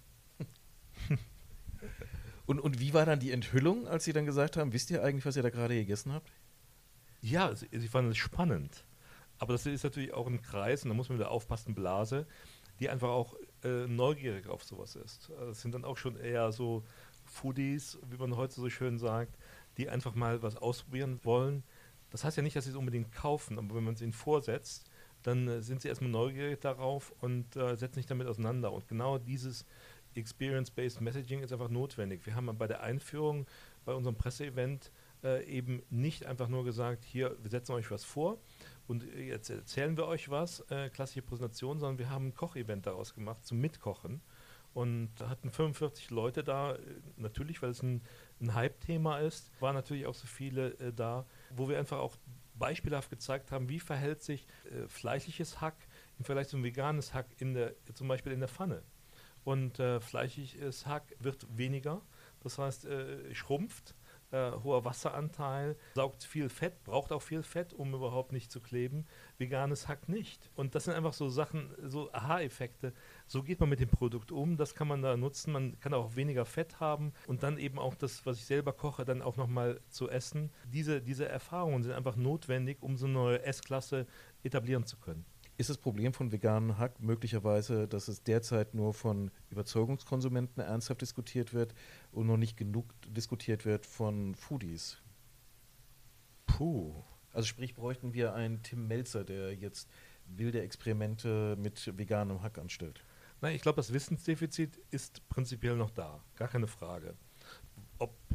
Speaker 2: und, und wie war dann die Enthüllung, als sie dann gesagt haben, wisst ihr eigentlich, was ihr da gerade gegessen habt?
Speaker 3: Ja, sie, sie fanden es spannend. Aber das ist natürlich auch ein Kreis, und da muss man wieder aufpassen, Blase, die einfach auch äh, neugierig auf sowas ist. Das sind dann auch schon eher so Foodies, wie man heute so schön sagt, die einfach mal was ausprobieren wollen. Das heißt ja nicht, dass sie es unbedingt kaufen, aber wenn man es ihnen vorsetzt, dann äh, sind sie erstmal neugierig darauf und äh, setzen sich damit auseinander. Und genau dieses Experience-Based Messaging ist einfach notwendig. Wir haben bei der Einführung bei unserem Presseevent äh, eben nicht einfach nur gesagt, hier, wir setzen euch was vor und jetzt erzählen wir euch was, äh, klassische Präsentation, sondern wir haben ein Kochevent daraus gemacht zum Mitkochen. Und da hatten fünfundvierzig Leute da, äh, natürlich, weil es ein, ein Hype-Thema ist, waren natürlich auch so viele äh, da, wo wir einfach auch beispielhaft gezeigt haben, wie verhält sich äh, fleischliches Hack im Vergleich zum veganes Hack in der, zum Beispiel in der Pfanne. Und äh, fleischliches Hack wird weniger, das heißt, äh, schrumpft, äh, hoher Wasseranteil, saugt viel Fett, braucht auch viel Fett, um überhaupt nicht zu kleben. Veganes Hack nicht. Und das sind einfach so Sachen, so Aha-Effekte. So geht man mit dem Produkt um, das kann man da nutzen. Man kann auch weniger Fett haben und dann eben auch das, was ich selber koche, dann auch nochmal zu essen. Diese, diese Erfahrungen sind einfach notwendig, um so eine neue Essklasse etablieren zu können.
Speaker 2: Ist das Problem von veganem Hack möglicherweise, dass es derzeit nur von Überzeugungskonsumenten ernsthaft diskutiert wird und noch nicht genug diskutiert wird von Foodies?
Speaker 3: Puh.
Speaker 2: Also sprich, bräuchten wir einen Tim Melzer, der jetzt wilde Experimente mit veganem Hack anstellt?
Speaker 3: Nein, ich glaube, das Wissensdefizit ist prinzipiell noch da. Gar keine Frage. Ob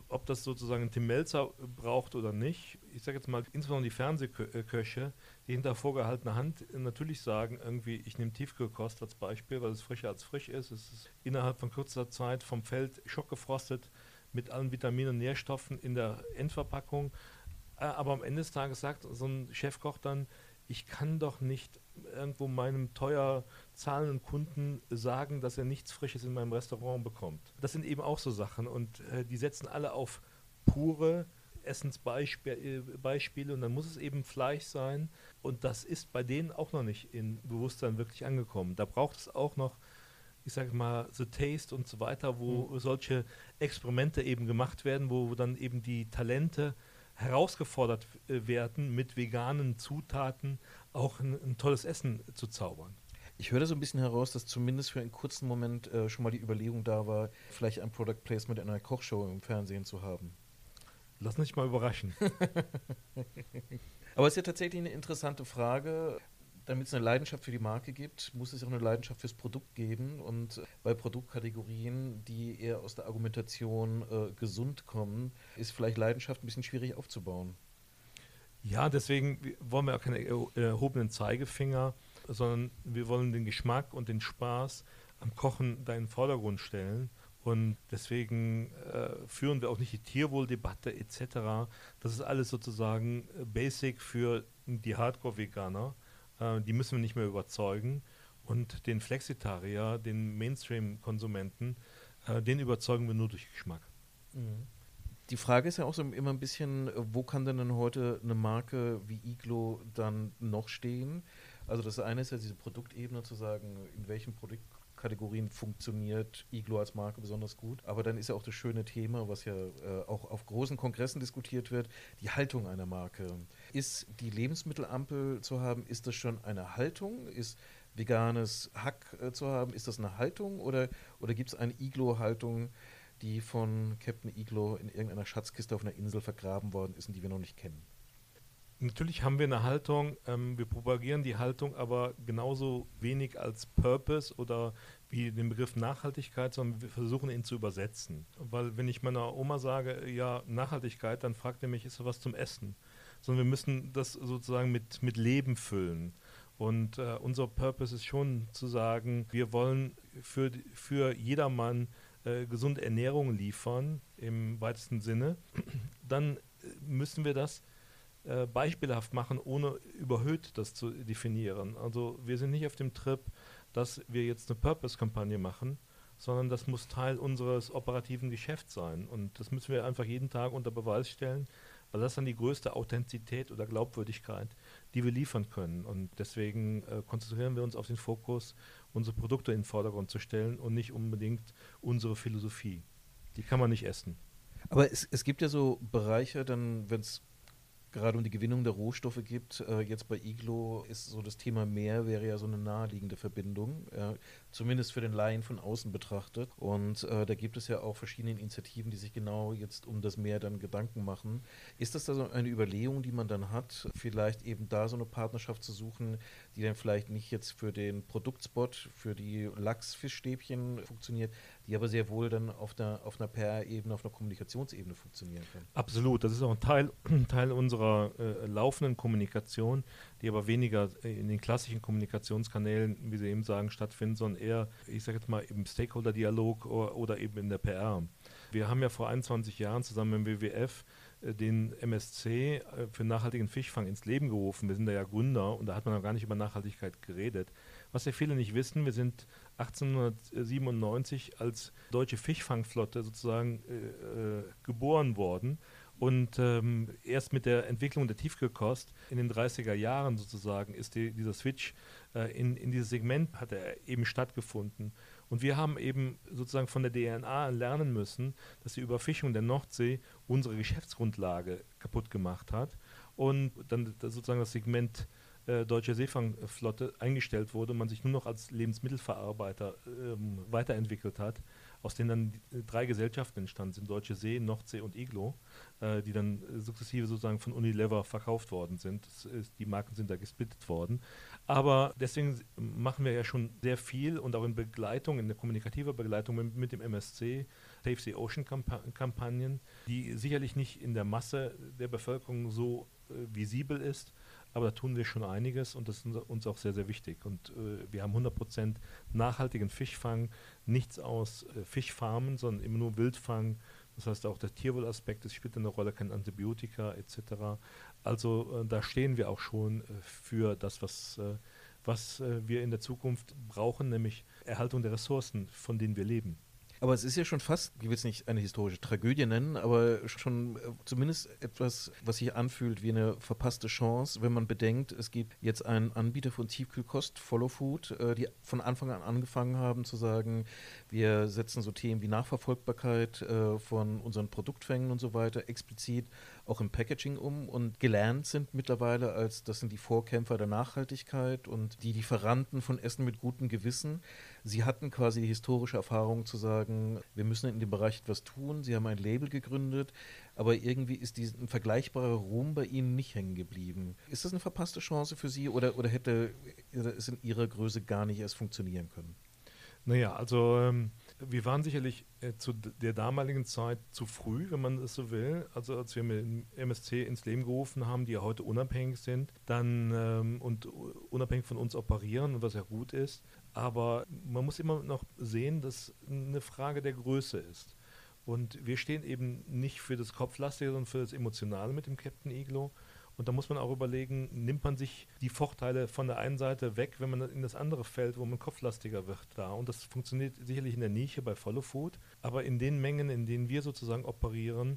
Speaker 3: ob das sozusagen Tim Melzer braucht oder nicht. Ich sage jetzt mal, insbesondere die Fernsehköche, die hinter vorgehaltener Hand natürlich sagen, irgendwie, ich nehme Tiefkühlkost als Beispiel, weil es frischer als frisch ist. Es ist innerhalb von kürzester Zeit vom Feld schockgefrostet mit allen Vitaminen und Nährstoffen in der Endverpackung. Aber am Ende des Tages sagt so ein Chefkoch dann, ich kann doch nicht irgendwo meinem teuer zahlenden Kunden sagen, dass er nichts Frisches in meinem Restaurant bekommt. Das sind eben auch so Sachen und äh, die setzen alle auf pure Essensbeispiele und dann muss es eben Fleisch sein und das ist bei denen auch noch nicht in Bewusstsein wirklich angekommen. Da braucht es auch noch, ich sage mal, The Taste und so weiter, wo mhm. solche Experimente eben gemacht werden, wo dann eben die Talente herausgefordert werden, mit veganen Zutaten auch ein, ein tolles Essen zu zaubern.
Speaker 2: Ich höre da so ein bisschen heraus, dass zumindest für einen kurzen Moment äh, schon mal die Überlegung da war, vielleicht ein Product Placement in einer Kochshow im Fernsehen zu haben.
Speaker 3: Lass mich mal überraschen.
Speaker 2: Aber es ist ja tatsächlich eine interessante Frage. Damit es eine Leidenschaft für die Marke gibt, muss es auch eine Leidenschaft fürs Produkt geben. Und bei Produktkategorien, die eher aus der Argumentation äh, gesund kommen, ist vielleicht Leidenschaft ein bisschen schwierig aufzubauen.
Speaker 3: Ja, deswegen wollen wir auch keine erhobenen Zeigefinger, sondern wir wollen den Geschmack und den Spaß am Kochen da in den Vordergrund stellen. Und deswegen äh, führen wir auch nicht die Tierwohldebatte et cetera. Das ist alles sozusagen basic für die Hardcore-Veganer. Die müssen wir nicht mehr überzeugen. Und den Flexitarier, den Mainstream-Konsumenten, äh, den überzeugen wir nur durch Geschmack.
Speaker 2: Mhm. Die Frage ist ja auch so immer ein bisschen, wo kann denn dann heute eine Marke wie Iglo dann noch stehen? Also das eine ist ja diese Produktebene, zu sagen, in welchen Produktkategorien funktioniert Iglo als Marke besonders gut. Aber dann ist ja auch das schöne Thema, was ja äh, auch auf großen Kongressen diskutiert wird, die Haltung einer Marke. Ist die Lebensmittelampel zu haben, ist das schon eine Haltung? Ist veganes Hack äh, zu haben, ist das eine Haltung? Oder, oder gibt es eine Iglo-Haltung, die von Captain Iglo in irgendeiner Schatzkiste auf einer Insel vergraben worden ist und die wir noch nicht kennen?
Speaker 3: Natürlich haben wir eine Haltung, ähm, wir propagieren die Haltung aber genauso wenig als Purpose oder wie den Begriff Nachhaltigkeit, sondern wir versuchen ihn zu übersetzen. Weil wenn ich meiner Oma sage, ja, Nachhaltigkeit, dann fragt er mich, ist da was zum Essen? Sondern wir müssen das sozusagen mit, mit Leben füllen. Und äh, unser Purpose ist schon zu sagen, wir wollen für, für jedermann äh, gesunde Ernährung liefern, im weitesten Sinne. Dann äh, müssen wir das äh, beispielhaft machen, ohne überhöht das zu definieren. Also wir sind nicht auf dem Trip, dass wir jetzt eine Purpose-Kampagne machen, sondern das muss Teil unseres operativen Geschäfts sein. Und das müssen wir einfach jeden Tag unter Beweis stellen, weil das dann die größte Authentizität oder Glaubwürdigkeit, die wir liefern können. Und deswegen äh, konzentrieren wir uns auf den Fokus, unsere Produkte in den Vordergrund zu stellen und nicht unbedingt unsere Philosophie. Die kann man nicht essen.
Speaker 2: Aber es, es gibt ja so Bereiche, dann, wenn es gerade um die Gewinnung der Rohstoffe gibt, äh, jetzt bei Iglo ist so das Thema Meer, wäre ja so eine naheliegende Verbindung, äh, zumindest für den Laien von außen betrachtet. Und äh, da gibt es ja auch verschiedene Initiativen, die sich genau jetzt um das Meer dann Gedanken machen. Ist das da so eine Überlegung, die man dann hat, vielleicht eben da so eine Partnerschaft zu suchen, die dann vielleicht nicht jetzt für den Produktspot, für die Lachsfischstäbchen funktioniert, die aber sehr wohl dann auf einer, auf einer P R-Ebene, auf einer Kommunikationsebene funktionieren kann?
Speaker 3: Absolut, das ist auch ein Teil, Teil unserer äh, laufenden Kommunikation, die aber weniger in den klassischen Kommunikationskanälen, wie Sie eben sagen, stattfinden, sondern eher, ich sage jetzt mal, im Stakeholder-Dialog oder, oder eben in der P R. Wir haben ja vor einundzwanzig Jahren zusammen mit dem W W F äh, den M S C äh, für nachhaltigen Fischfang ins Leben gerufen. Wir sind da ja Gründer und da hat man noch gar nicht über Nachhaltigkeit geredet. Was ja viele nicht wissen, wir sind achtzehnhundertsiebenundneunzig als deutsche Fischfangflotte sozusagen äh, äh, geboren worden. Und ähm, erst mit der Entwicklung der Tiefkühlkost in den dreißiger Jahren sozusagen ist die, dieser Switch äh, in, in dieses Segment hat er eben stattgefunden. Und wir haben eben sozusagen von der D N A lernen müssen, dass die Überfischung der Nordsee unsere Geschäftsgrundlage kaputt gemacht hat und dann sozusagen das Segment äh, deutsche Seefangflotte eingestellt wurde und man sich nur noch als Lebensmittelverarbeiter ähm, weiterentwickelt hat, aus denen dann die, drei Gesellschaften entstanden sind, Deutsche See, Nordsee und Iglo, äh, die dann sukzessive sozusagen von Unilever verkauft worden sind. Das ist, die Marken sind da gesplittet worden. Aber deswegen machen wir ja schon sehr viel und auch in Begleitung, in der kommunikativer Begleitung mit, mit dem M S C, Save the Ocean Kampagnen, die sicherlich nicht in der Masse der Bevölkerung so äh, visibel ist, aber da tun wir schon einiges und das ist uns auch sehr, sehr wichtig. Und äh, wir haben hundert Prozent nachhaltigen Fischfang, nichts aus äh, Fischfarmen, sondern immer nur Wildfang. Das heißt, auch der Tierwohlaspekt spielt eine Rolle, kein Antibiotika et cetera. Also äh, da stehen wir auch schon äh, für das, was, äh, was äh, wir in der Zukunft brauchen, nämlich Erhaltung der Ressourcen, von denen wir leben.
Speaker 2: Aber es ist ja schon fast, ich will es nicht eine historische Tragödie nennen, aber schon äh, zumindest etwas, was sich anfühlt wie eine verpasste Chance, wenn man bedenkt, es gibt jetzt einen Anbieter von Tiefkühlkost, Follow Food, äh, die von Anfang an angefangen haben zu sagen, wir setzen so Themen wie Nachverfolgbarkeit äh, von unseren Produktfängen und so weiter explizit auch im Packaging um und gelernt sind mittlerweile als, das sind die Vorkämpfer der Nachhaltigkeit und die Lieferanten von Essen mit gutem Gewissen. Sie hatten quasi die historische Erfahrung zu sagen, wir müssen in dem Bereich etwas tun. Sie haben ein Label gegründet, aber irgendwie ist diesen vergleichbarer Ruhm bei Ihnen nicht hängen geblieben. Ist das eine verpasste Chance für Sie oder, oder hätte es in Ihrer Größe gar nicht erst funktionieren können?
Speaker 3: Naja, also ähm, wir waren sicherlich äh, zu d- der damaligen Zeit zu früh, wenn man es so will. Also als wir mit dem M S C ins Leben gerufen haben, die ja heute unabhängig sind, dann ähm, und u- unabhängig von uns operieren, was ja gut ist. Aber man muss immer noch sehen, dass eine Frage der Größe ist. Und wir stehen eben nicht für das Kopflastige, sondern für das Emotionale mit dem Captain Iglo. Und da muss man auch überlegen, nimmt man sich die Vorteile von der einen Seite weg, wenn man in das andere fällt, wo man kopflastiger wird da. Und das funktioniert sicherlich in der Nische bei Follow Food, aber in den Mengen, in denen wir sozusagen operieren,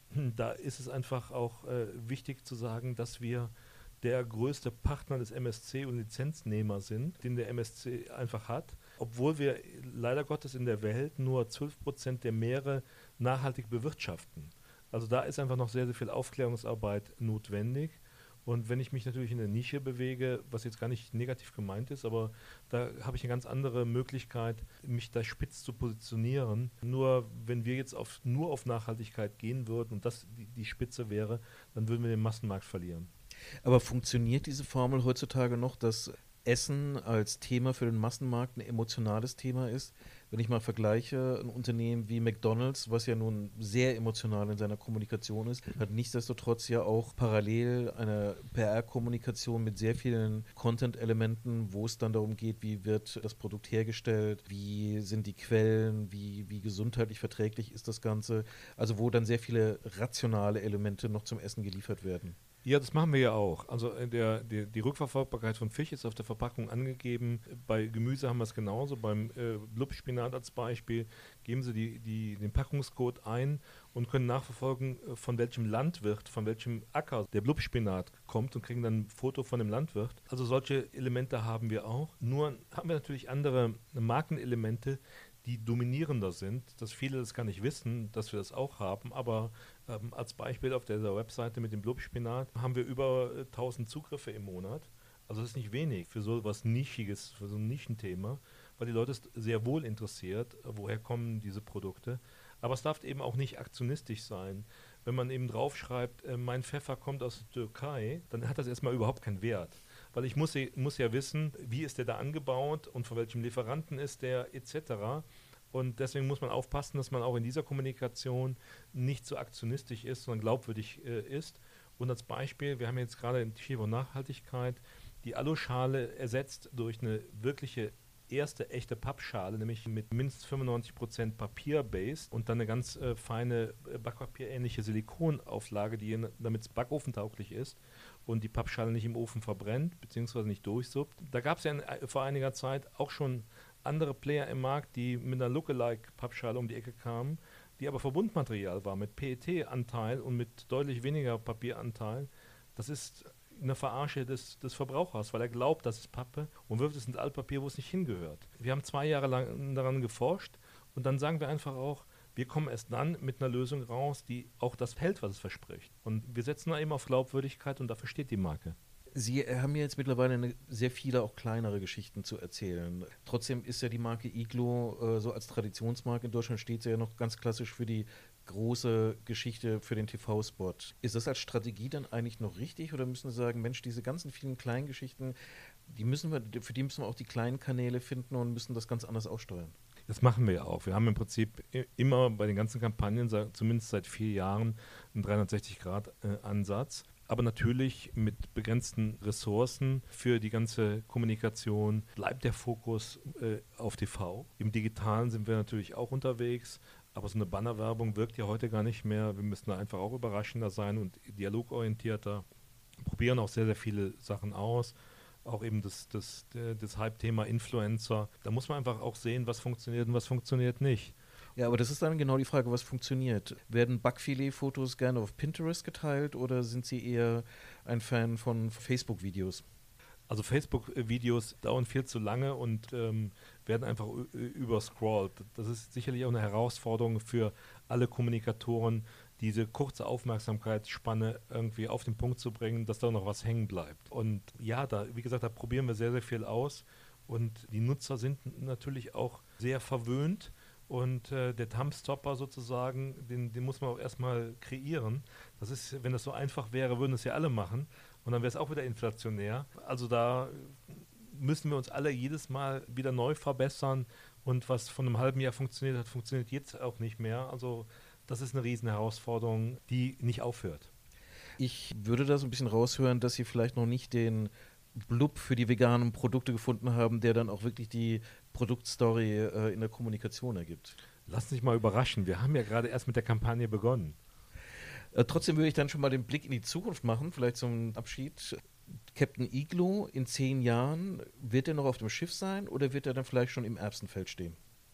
Speaker 3: da ist es einfach auch äh, wichtig zu sagen, dass wir der größte Partner des M S C und Lizenznehmer sind, den der M S C einfach hat, obwohl wir leider Gottes in der Welt nur zwölf Prozent der Meere nachhaltig bewirtschaften. Also da ist einfach noch sehr, sehr viel Aufklärungsarbeit notwendig. Und wenn ich mich natürlich in der Nische bewege, was jetzt gar nicht negativ gemeint ist, aber da habe ich eine ganz andere Möglichkeit, mich da spitz zu positionieren. Nur wenn wir jetzt auf, nur auf Nachhaltigkeit gehen würden und das die, die Spitze wäre, dann würden wir den Massenmarkt verlieren.
Speaker 2: Aber funktioniert diese Formel heutzutage noch, dass Essen als Thema für den Massenmarkt ein emotionales Thema ist? Wenn ich mal vergleiche, ein Unternehmen wie McDonald's, was ja nun sehr emotional in seiner Kommunikation ist, hat nichtsdestotrotz ja auch parallel eine P R-Kommunikation mit sehr vielen Content-Elementen, wo es dann darum geht, wie wird das Produkt hergestellt, wie sind die Quellen, wie, wie gesundheitlich verträglich ist das Ganze. Also wo dann sehr viele rationale Elemente noch zum Essen geliefert werden.
Speaker 3: Ja, das machen wir ja auch. Also äh, der, der, die Rückverfolgbarkeit von Fisch ist auf der Verpackung angegeben. Bei Gemüse haben wir es genauso. Beim äh, Blubspinat als Beispiel geben Sie die, die, den Packungscode ein und können nachverfolgen, äh, von welchem Landwirt, von welchem Acker der Blubspinat kommt und kriegen dann ein Foto von dem Landwirt. Also solche Elemente haben wir auch. Nur haben wir natürlich andere Markenelemente, die dominierender sind, dass viele das gar nicht wissen, dass wir das auch haben, aber ähm, als Beispiel auf dieser Webseite mit dem Blubspinat haben wir über äh, tausend Zugriffe im Monat. Also das ist nicht wenig für so was Nischiges, für so ein Nischenthema, weil die Leute es sehr wohl interessiert, äh, woher kommen diese Produkte. Aber es darf eben auch nicht aktionistisch sein. Wenn man eben draufschreibt, äh, mein Pfeffer kommt aus der Türkei, dann hat das erstmal überhaupt keinen Wert. Weil ich muss, muss ja wissen, wie ist der da angebaut und von welchem Lieferanten ist der et cetera. Und deswegen muss man aufpassen, dass man auch in dieser Kommunikation nicht so aktionistisch ist, sondern glaubwürdig äh, ist. Und als Beispiel, wir haben jetzt gerade in Stichwort Nachhaltigkeit die Aluschale ersetzt durch eine wirkliche erste echte Pappschale, nämlich mit mindestens fünfundneunzig Prozent Papier-based und dann eine ganz äh, feine äh, Backpapierähnliche Silikonauflage, die damit es backofentauglich ist und die Pappschale nicht im Ofen verbrennt, beziehungsweise nicht durchsuppt. Da gab es ja in, äh, vor einiger Zeit auch schon andere Player im Markt, die mit einer Lookalike-Pappschale um die Ecke kamen, die aber Verbundmaterial war, mit P E T-Anteil und mit deutlich weniger Papieranteil. Das ist eine Verarsche des, des Verbrauchers, weil er glaubt, das ist Pappe und wirft es ins Altpapier, wo es nicht hingehört. Wir haben zwei Jahre lang daran geforscht und dann sagen wir einfach auch, wir kommen erst dann mit einer Lösung raus, die auch das hält, was es verspricht. Und wir setzen da eben auf Glaubwürdigkeit und dafür steht die Marke.
Speaker 2: Sie haben ja jetzt mittlerweile eine, sehr viele auch kleinere Geschichten zu erzählen. Trotzdem ist ja die Marke Iglo äh, so als Traditionsmarke in Deutschland steht sie ja noch ganz klassisch für die große Geschichte für den T V-Spot. Ist das als Strategie dann eigentlich noch richtig oder müssen Sie sagen, Mensch, diese ganzen vielen kleinen Geschichten, die müssen wir, für die müssen wir auch die kleinen Kanäle finden und müssen das ganz anders aussteuern?
Speaker 3: Das machen wir ja auch. Wir haben im Prinzip immer bei den ganzen Kampagnen, zumindest seit vier Jahren, einen dreihundertsechzig-Grad-Ansatz. Aber natürlich mit begrenzten Ressourcen für die ganze Kommunikation bleibt der Fokus äh, auf T V. Im Digitalen sind wir natürlich auch unterwegs, aber so eine Bannerwerbung wirkt ja heute gar nicht mehr. Wir müssen da einfach auch überraschender sein und dialogorientierter, probieren auch sehr, sehr viele Sachen aus. Auch eben das, das, das Hype-Thema Influencer. Da muss man einfach auch sehen, was funktioniert und was funktioniert nicht.
Speaker 2: Ja, aber das ist dann genau die Frage, was funktioniert. Werden Backfilet-Fotos gerne auf Pinterest geteilt oder sind Sie eher ein Fan von Facebook-Videos?
Speaker 3: Also Facebook-Videos dauern viel zu lange und ähm, werden einfach überscrollt. Das ist sicherlich auch eine Herausforderung für alle Kommunikatoren, diese kurze Aufmerksamkeitsspanne irgendwie auf den Punkt zu bringen, dass da noch was hängen bleibt. Und ja, da, wie gesagt, da probieren wir sehr, sehr viel aus. Und die Nutzer sind natürlich auch sehr verwöhnt. Und äh, der Thumbstopper sozusagen, den, den muss man auch erstmal kreieren. Das ist, wenn das so einfach wäre, würden es ja alle machen. Und dann wäre es auch wieder inflationär. Also da müssen wir uns alle jedes Mal wieder neu verbessern. Und was von einem halben Jahr funktioniert hat, funktioniert jetzt auch nicht mehr. Also das ist eine riesen Herausforderung, die nicht aufhört.
Speaker 2: Ich würde da so ein bisschen raushören, dass Sie vielleicht noch nicht den Blub für die veganen Produkte gefunden haben, der dann auch wirklich die Produktstory äh, in der Kommunikation ergibt.
Speaker 3: Lass dich mal überraschen. Wir haben ja gerade erst mit der Kampagne begonnen.
Speaker 2: Äh, trotzdem würde ich dann schon mal den Blick in die Zukunft machen, vielleicht zum Abschied. Captain Igloo in zehn Jahren, wird er noch auf dem Schiff sein oder wird er dann vielleicht schon im Erbsenfeld stehen?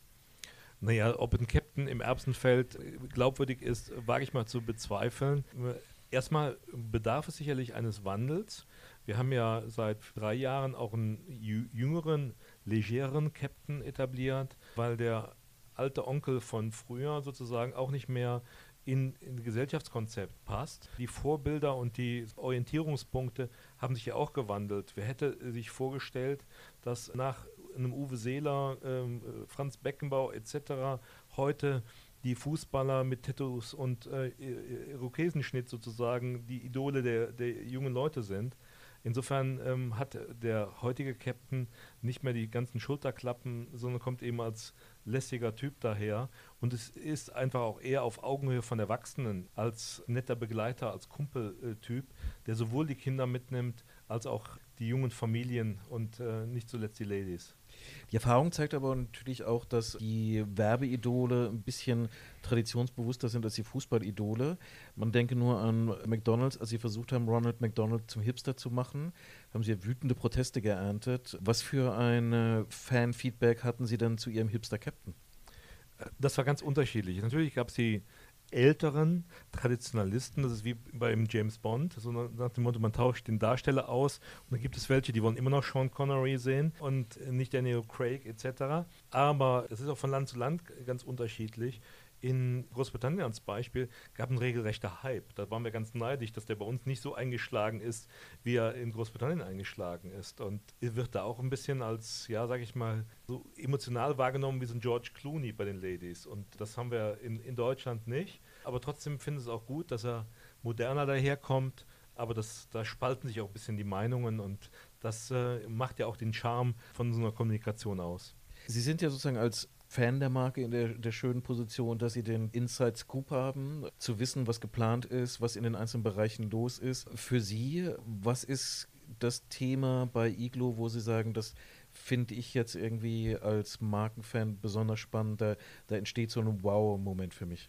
Speaker 3: Naja, ob ein Captain im Erbsenfeld glaubwürdig ist, wage ich mal zu bezweifeln. Erstmal bedarf es sicherlich eines Wandels. Wir haben ja seit drei Jahren auch einen jüngeren, legeren Captain etabliert, weil der alte Onkel von früher sozusagen auch nicht mehr in, in das Gesellschaftskonzept passt. Die Vorbilder und die Orientierungspunkte haben sich ja auch gewandelt. Wer hätte sich vorgestellt, dass nach einem Uwe Seeler, ähm, Franz Beckenbauer et cetera heute die Fußballer mit Tattoos und äh, Irokesenschnitt sozusagen die Idole der, der jungen Leute sind. Insofern ähm, hat der heutige Captain nicht mehr die ganzen Schulterklappen, sondern kommt eben als lässiger Typ daher. Und es ist einfach auch eher auf Augenhöhe von Erwachsenen als netter Begleiter, als Kumpeltyp, der sowohl die Kinder mitnimmt, als auch die jungen Familien und äh, nicht zuletzt die Ladies.
Speaker 2: Die Erfahrung zeigt aber natürlich auch, dass die Werbeidole ein bisschen traditionsbewusster sind als die Fußballidole. Man denke nur an McDonald's, als sie versucht haben, Ronald McDonald zum Hipster zu machen, haben sie ja wütende Proteste geerntet. Was für ein Fan-Feedback hatten Sie denn zu Ihrem Hipster-Captain?
Speaker 3: Das war ganz unterschiedlich. Natürlich gab es die älteren Traditionalisten, das ist wie beim James Bond, so nach dem Motto, man tauscht den Darsteller aus und dann gibt es welche, die wollen immer noch Sean Connery sehen und nicht Daniel Craig et cetera. Aber es ist auch von Land zu Land ganz unterschiedlich. In Großbritannien als Beispiel gab es einen regelrechter Hype. Da waren wir ganz neidisch, dass der bei uns nicht so eingeschlagen ist, wie er in Großbritannien eingeschlagen ist. Und er wird da auch ein bisschen als, ja, sag ich mal, so emotional wahrgenommen wie so ein George Clooney bei den Ladies. Und das haben wir in, in Deutschland nicht. Aber trotzdem finde ich es auch gut, dass er moderner daherkommt. Aber das, da spalten sich auch ein bisschen die Meinungen und das äh, macht ja auch den Charme von so einer Kommunikation aus.
Speaker 2: Sie sind ja sozusagen als Fan der Marke in der, der schönen Position, dass Sie den Inside Scoop haben, zu wissen, was geplant ist, was in den einzelnen Bereichen los ist. Für Sie, was ist das Thema bei Igloo, wo Sie sagen, das finde ich jetzt irgendwie als Markenfan besonders spannend, da, da entsteht so ein Wow-Moment für mich?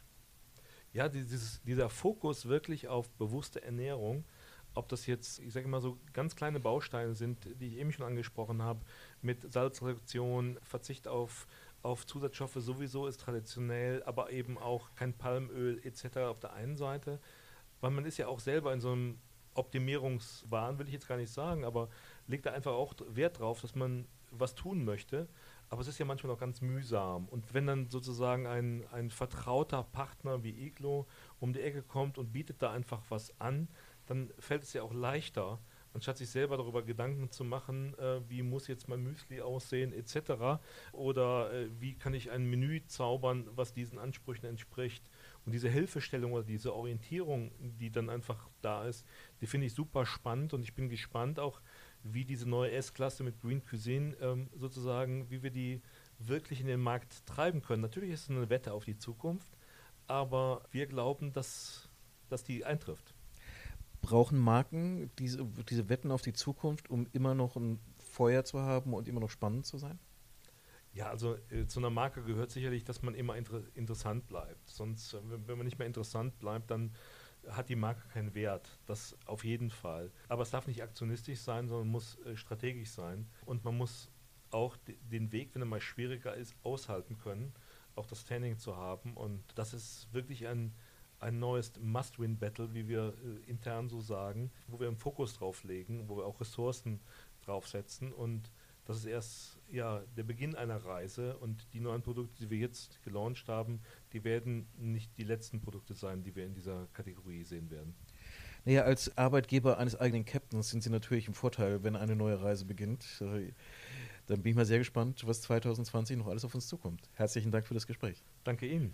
Speaker 3: Ja, dieses, dieser Fokus wirklich auf bewusste Ernährung, ob das jetzt, ich sage mal so ganz kleine Bausteine sind, die ich eben schon angesprochen habe, mit Salzreduktion, Verzicht auf auf Zusatzstoffe sowieso ist traditionell, aber eben auch kein Palmöl et cetera auf der einen Seite, weil man ist ja auch selber in so einem Optimierungswahn, will ich jetzt gar nicht sagen, aber legt da einfach auch Wert drauf, dass man was tun möchte, aber es ist ja manchmal auch ganz mühsam und wenn dann sozusagen ein, ein vertrauter Partner wie Igloo um die Ecke kommt und bietet da einfach was an, dann fällt es ja auch leichter, anstatt sich selber darüber Gedanken zu machen, äh, wie muss jetzt mein Müsli aussehen et cetera. Oder äh, wie kann ich ein Menü zaubern, was diesen Ansprüchen entspricht. Und diese Hilfestellung oder diese Orientierung, die dann einfach da ist, die finde ich super spannend und ich bin gespannt auch, wie diese neue S-Klasse mit Green Cuisine ähm, sozusagen, wie wir die wirklich in den Markt treiben können. Natürlich ist es eine Wette auf die Zukunft, aber wir glauben, dass, dass die eintrifft.
Speaker 2: Brauchen Marken diese, diese Wetten auf die Zukunft, um immer noch ein Feuer zu haben und immer noch spannend zu sein?
Speaker 3: Ja, also äh, zu einer Marke gehört sicherlich, dass man immer inter interessant bleibt. Sonst, äh, wenn, wenn man nicht mehr interessant bleibt, dann hat die Marke keinen Wert. Das auf jeden Fall. Aber es darf nicht aktionistisch sein, sondern muss äh, strategisch sein. Und man muss auch de den Weg, wenn er mal schwieriger ist, aushalten können, auch das Standing zu haben. Und das ist wirklich ein, ein neues Must-Win-Battle, wie wir äh, intern so sagen, wo wir einen Fokus drauf legen, wo wir auch Ressourcen draufsetzen. Und das ist erst ja, der Beginn einer Reise, und die neuen Produkte, die wir jetzt gelauncht haben, die werden nicht die letzten Produkte sein, die wir in dieser Kategorie sehen werden.
Speaker 2: Naja, als Arbeitgeber eines eigenen Captains sind Sie natürlich im Vorteil, wenn eine neue Reise beginnt. Äh, Dann bin ich mal sehr gespannt, was zwanzig zwanzig noch alles auf uns zukommt. Herzlichen Dank für das Gespräch.
Speaker 3: Danke Ihnen.